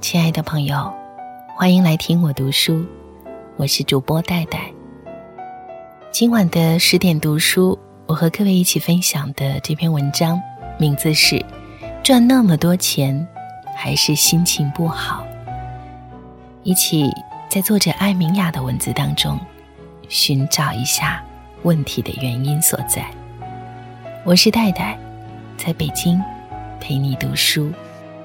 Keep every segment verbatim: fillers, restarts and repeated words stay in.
亲爱的朋友，欢迎来听我读书，我是主播戴戴。今晚的十点读书，我和各位一起分享的这篇文章名字是赚那么多钱还是心情不好。一起在作者艾明雅的文字当中寻找一下问题的原因所在。我是戴戴，在北京陪你读书。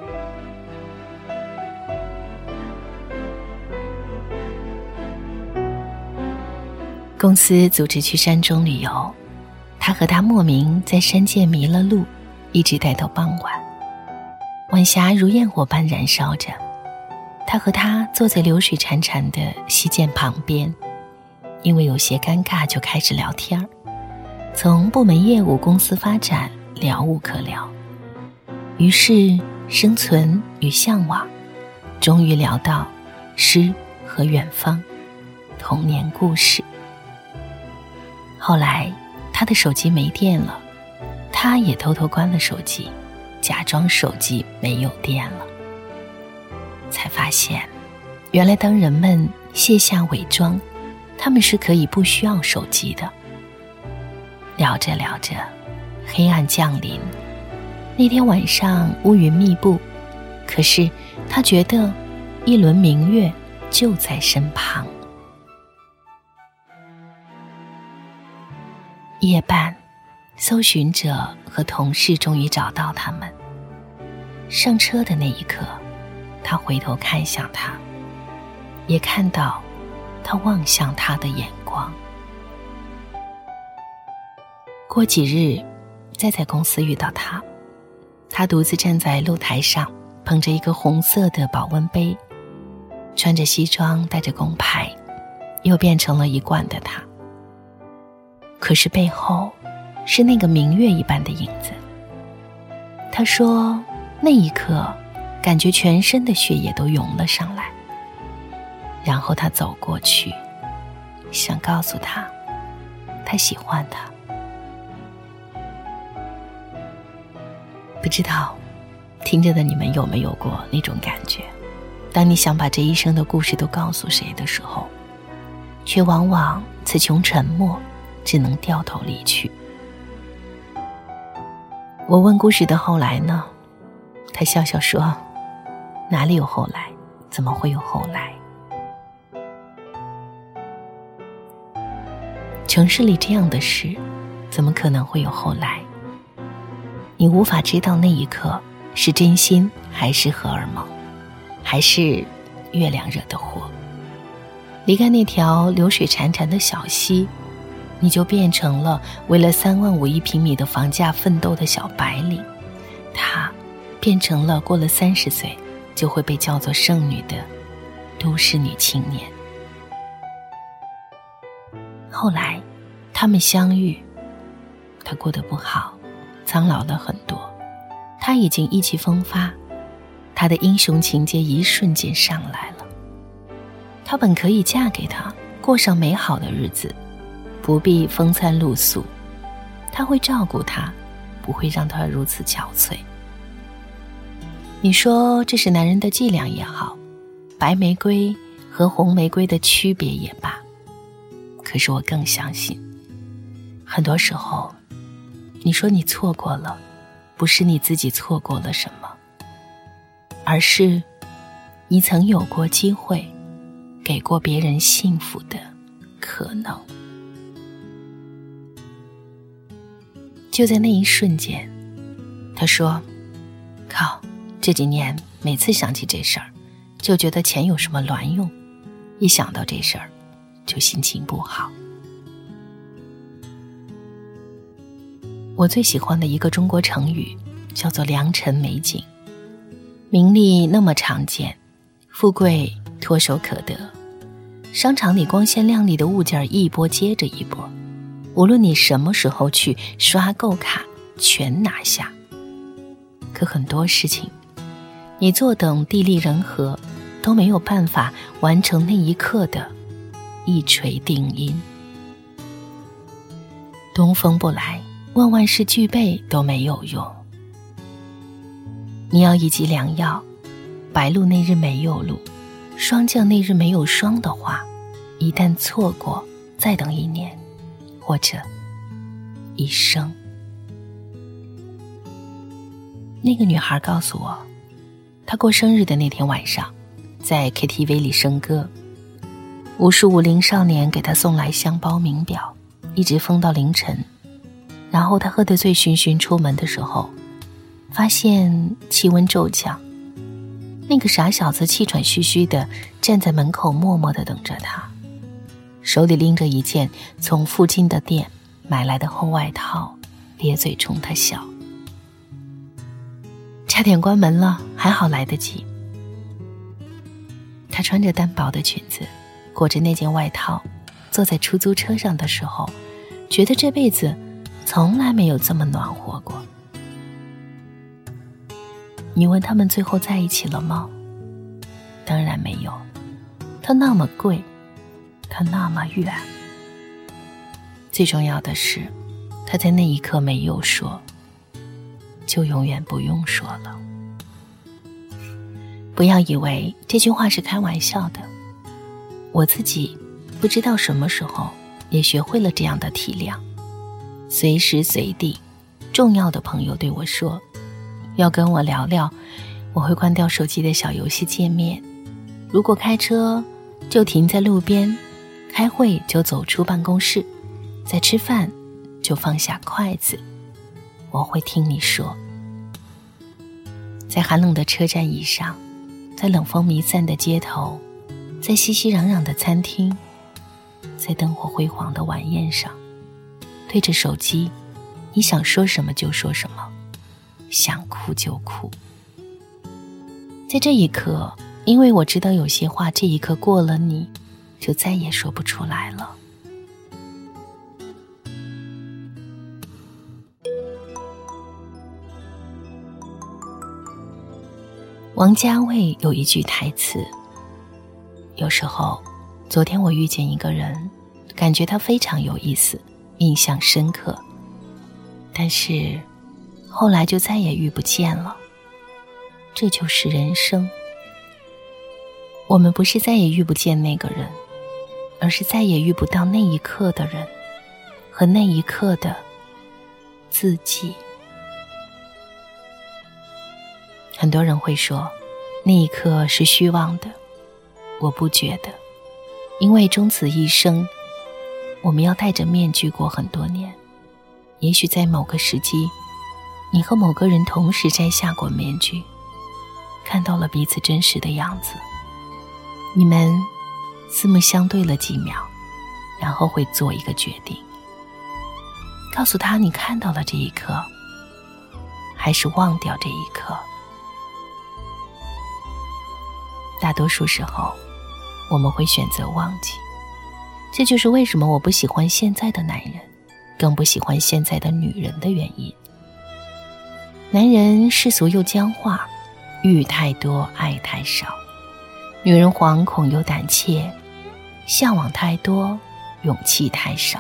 公司组织去山中旅游，他和他莫名在山涧迷了路，一直待到傍晚。晚霞如焰火般燃烧着，他和他坐在流水潺潺的溪涧旁边，因为有些尴尬就开始聊天儿，从部门业务、公司发展聊无可聊，于是生存与向往，终于聊到诗和远方，童年故事。后来他的手机没电了，他也偷偷关了手机，假装手机没有电了，才发现原来当人们卸下伪装，他们是可以不需要手机的。聊着聊着，黑暗降临。那天晚上乌云密布，可是他觉得一轮明月就在身旁。夜半，搜寻者和同事终于找到他们。上车的那一刻，他回头看向他，也看到他望向他的眼光。过几日，再在公司遇到他，他独自站在露台上，捧着一个红色的保温杯，穿着西装，带着工牌，又变成了一贯的他。可是背后是那个明月一般的影子。他说那一刻感觉全身的血液都涌了上来，然后他走过去，想告诉他他喜欢他。不知道听着的你们有没有过那种感觉，当你想把这一生的故事都告诉谁的时候，却往往词穷沉默，只能掉头离去。我问故事的后来呢？他笑笑说，哪里有后来，怎么会有后来？城市里这样的事，怎么可能会有后来？你无法知道那一刻是真心还是荷尔蒙，还是月亮惹的祸。离开那条流水潺潺的小溪，你就变成了为了三万五一平米的房价奋斗的小白领，他变成了过了三十岁就会被叫做剩女的都市女青年。后来他们相遇，他过得不好，苍老了很多，他已经意气风发，他的英雄情节一瞬间上来了。他本可以嫁给他，过上美好的日子，不必风餐露宿，他会照顾他，不会让他如此憔悴。你说这是男人的伎俩也好，白玫瑰和红玫瑰的区别也罢，可是我更相信，很多时候你说你错过了，不是你自己错过了什么，而是你曾有过机会给过别人幸福的可能。就在那一瞬间，他说，靠，这几年每次想起这事儿，就觉得钱有什么卵用，一想到这事儿就心情不好。我最喜欢的一个中国成语叫做良辰美景。名利那么常见，富贵唾手可得，商场里光鲜亮丽的物件一波接着一波，无论你什么时候去刷购卡，全拿下。可很多事情，你坐等地利人和，都没有办法完成那一刻的一锤定音。东风不来，万万事俱备都没有用。你要一剂良药， 白露那日没有露，霜降那日没有霜的话，一旦错过，再等一年，或者一生。那个女孩告诉我，她过生日的那天晚上，在 K T V 里笙歌，无数五零少年给她送来香包名表，一直疯到凌晨。然后她喝得醉醺醺出门的时候，发现气温骤降，那个傻小子气喘吁吁地站在门口，默默地等着她，手里拎着一件从附近的店买来的厚外套，咧嘴冲她笑。差点关门了，还好来得及。她穿着单薄的裙子，裹着那件外套，坐在出租车上的时候，觉得这辈子从来没有这么暖和过。你问他们最后在一起了吗？当然没有，他那么贵，他那么远。最重要的是，他在那一刻没有说，就永远不用说了。不要以为这句话是开玩笑的，我自己不知道什么时候也学会了这样的体谅。随时随地，重要的朋友对我说要跟我聊聊，我会关掉手机的小游戏界面，如果开车就停在路边，开会就走出办公室，在吃饭就放下筷子，我会听你说。在寒冷的车站椅上，在冷风弥散的街头，在熙熙攘攘的餐厅，在灯火辉煌的晚宴上，对着手机，你想说什么就说什么，想哭就哭。在这一刻，因为我知道有些话这一刻过了你就再也说不出来了。王家卫有一句台词，有时候昨天我遇见一个人，感觉他非常有意思，印象深刻，但是后来就再也遇不见了。这就是人生。我们不是再也遇不见那个人，而是再也遇不到那一刻的人和那一刻的自己。很多人会说那一刻是虚妄的，我不觉得，因为终此一生，我们要戴着面具过很多年。也许在某个时机，你和某个人同时摘下过面具，看到了彼此真实的样子，你们四目相对了几秒，然后会做一个决定，告诉他你看到了这一刻，还是忘掉这一刻。大多数时候我们会选择忘记，这就是为什么我不喜欢现在的男人，更不喜欢现在的女人的原因。男人世俗又僵化，欲太多爱太少，女人惶恐又胆怯，向往太多勇气太少。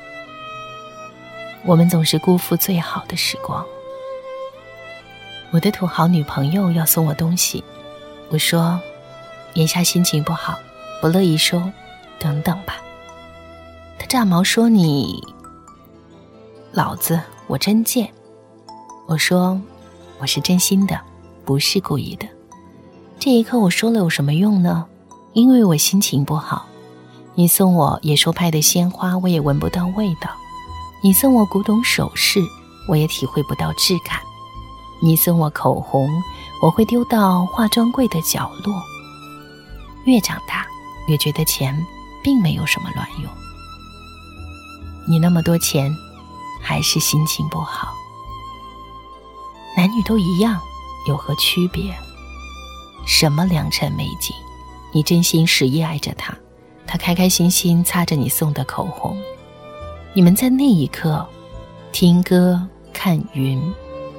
我们总是辜负最好的时光。我的土豪女朋友要送我东西，我说眼下心情不好，不乐意收，等等吧。他炸毛说你老子我真贱。我说我是真心的，不是故意的。这一刻我说了有什么用呢？因为我心情不好。你送我野兽派的鲜花，我也闻不到味道。你送我古董首饰，我也体会不到质感。你送我口红，我会丢到化妆柜的角落。越长大越觉得钱并没有什么卵用。你那么多钱，还是心情不好。男女都一样，有何区别？什么良辰美景，你真心实意爱着他，他开开心心擦着你送的口红，你们在那一刻听歌看云。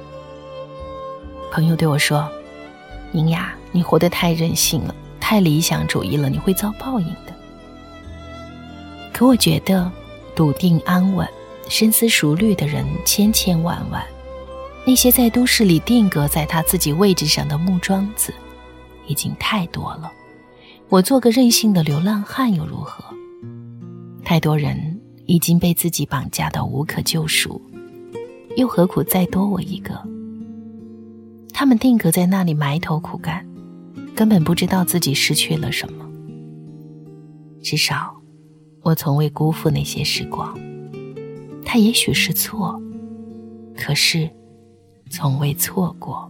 朋友对我说，宁雅，你活得太任性了，太理想主义了，你会遭报应的。可我觉得笃定安稳深思熟虑的人千千万万，那些在都市里定格在他自己位置上的木桩子， 已经太多了，我做个任性的流浪汉又如何？太多人已经被自己绑架到无可救赎，又何苦再多我一个？他们定格在那里埋头苦干，根本不知道自己失去了什么。至少我从未辜负那些时光，它也许是错，可是从未错过。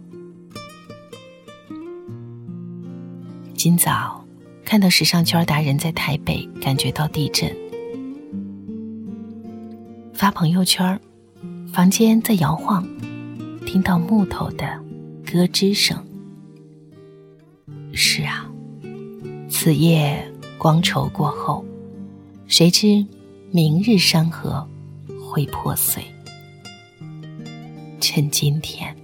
今早看到时尚圈达人在台北感觉到地震，发朋友圈，房间在摇晃，听到木头的咯吱声。是啊，此夜光筹过后，谁知明日山河会破碎。趁今天，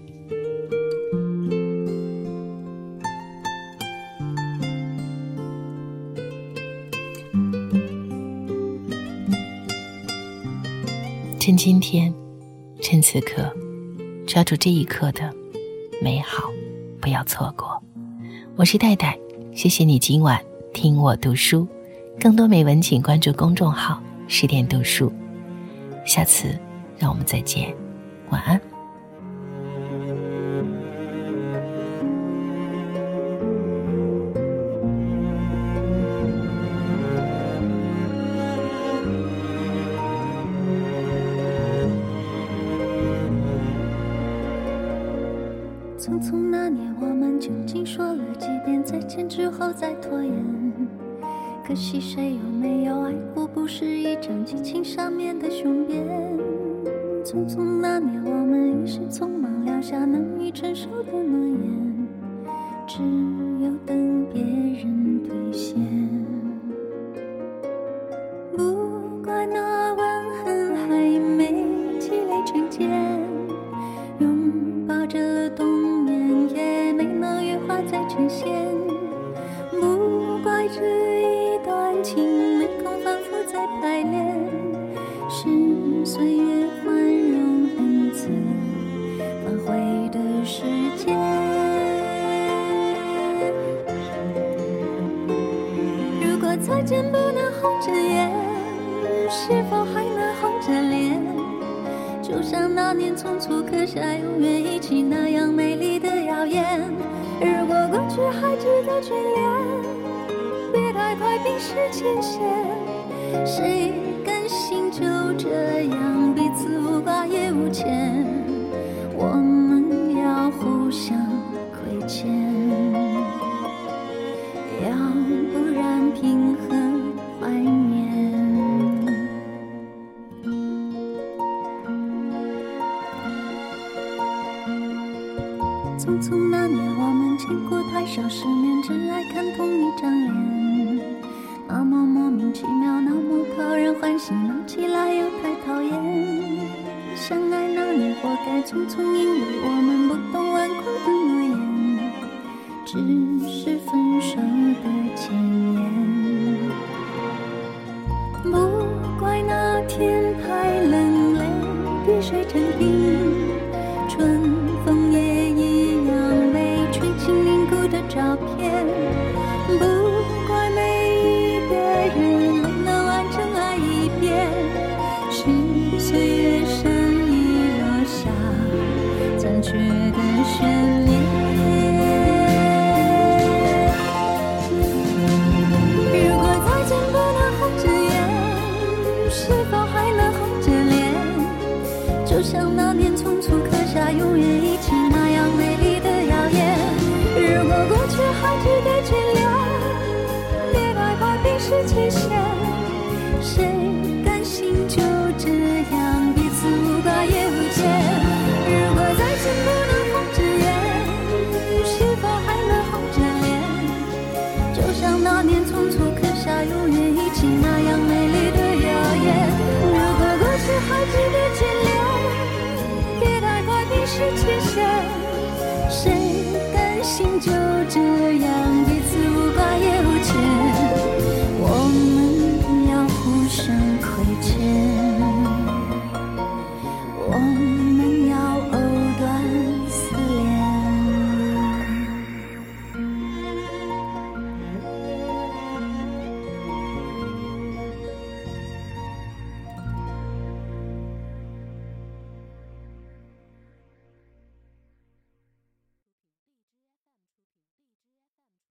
趁今天，趁此刻，抓住这一刻的美好，不要错过。我是戴戴，谢谢你今晚听我读书，更多美文请关注公众号十点读书。下次让我们再见，晚安。 匆匆那年，我们究竟说了几遍再见之后再拖延？可惜谁有没有爱过，不是一张激情上面的雄辩。匆匆那年，我们一时匆忙撂下难以承受的诺言，只有等别人兑现。不怪那吻痕还没积累成茧，拥抱着冬眠也没能羽化再成仙。不怪这一段情没空反复再排练，是岁月宽容恩赐反悔的时间。如果再见不能红着眼，是否还能红着脸？就像那年匆促刻下永远一起那样美丽的谣言。如果过去还值得眷恋，别太快冰释前嫌。谁甘心就这样彼此无挂也无牵？我们要互相亏欠，要不然凭何怀念？匆匆那年，我们见过太少世面，只爱看同一张脸。那么莫名其妙，那么讨人欢喜，闹起来又太讨厌。相爱那年，活该匆匆，因为我们不懂顽固的诺言，只是分手的前言。不怪那天太冷，泪滴水成冰，春风也一样被吹进凝固的照片。不怪每一个人没能完整爱一遍，是岁月善意落下残缺的悬念。如果再见不能红着眼，是否还能红着脸？就像那年匆促刻下永远一起那样美丽的谣言。如果过去还值得眷恋，别太快冰释前嫌。谁甘心就这样彼此无挂也无牵？如果再见不能红着眼，是否还能红着脸？就像那年匆促刻下永远一起那样美丽的谣言。如果过去还值得眷恋，别太快冰释前嫌。谁甘心就这样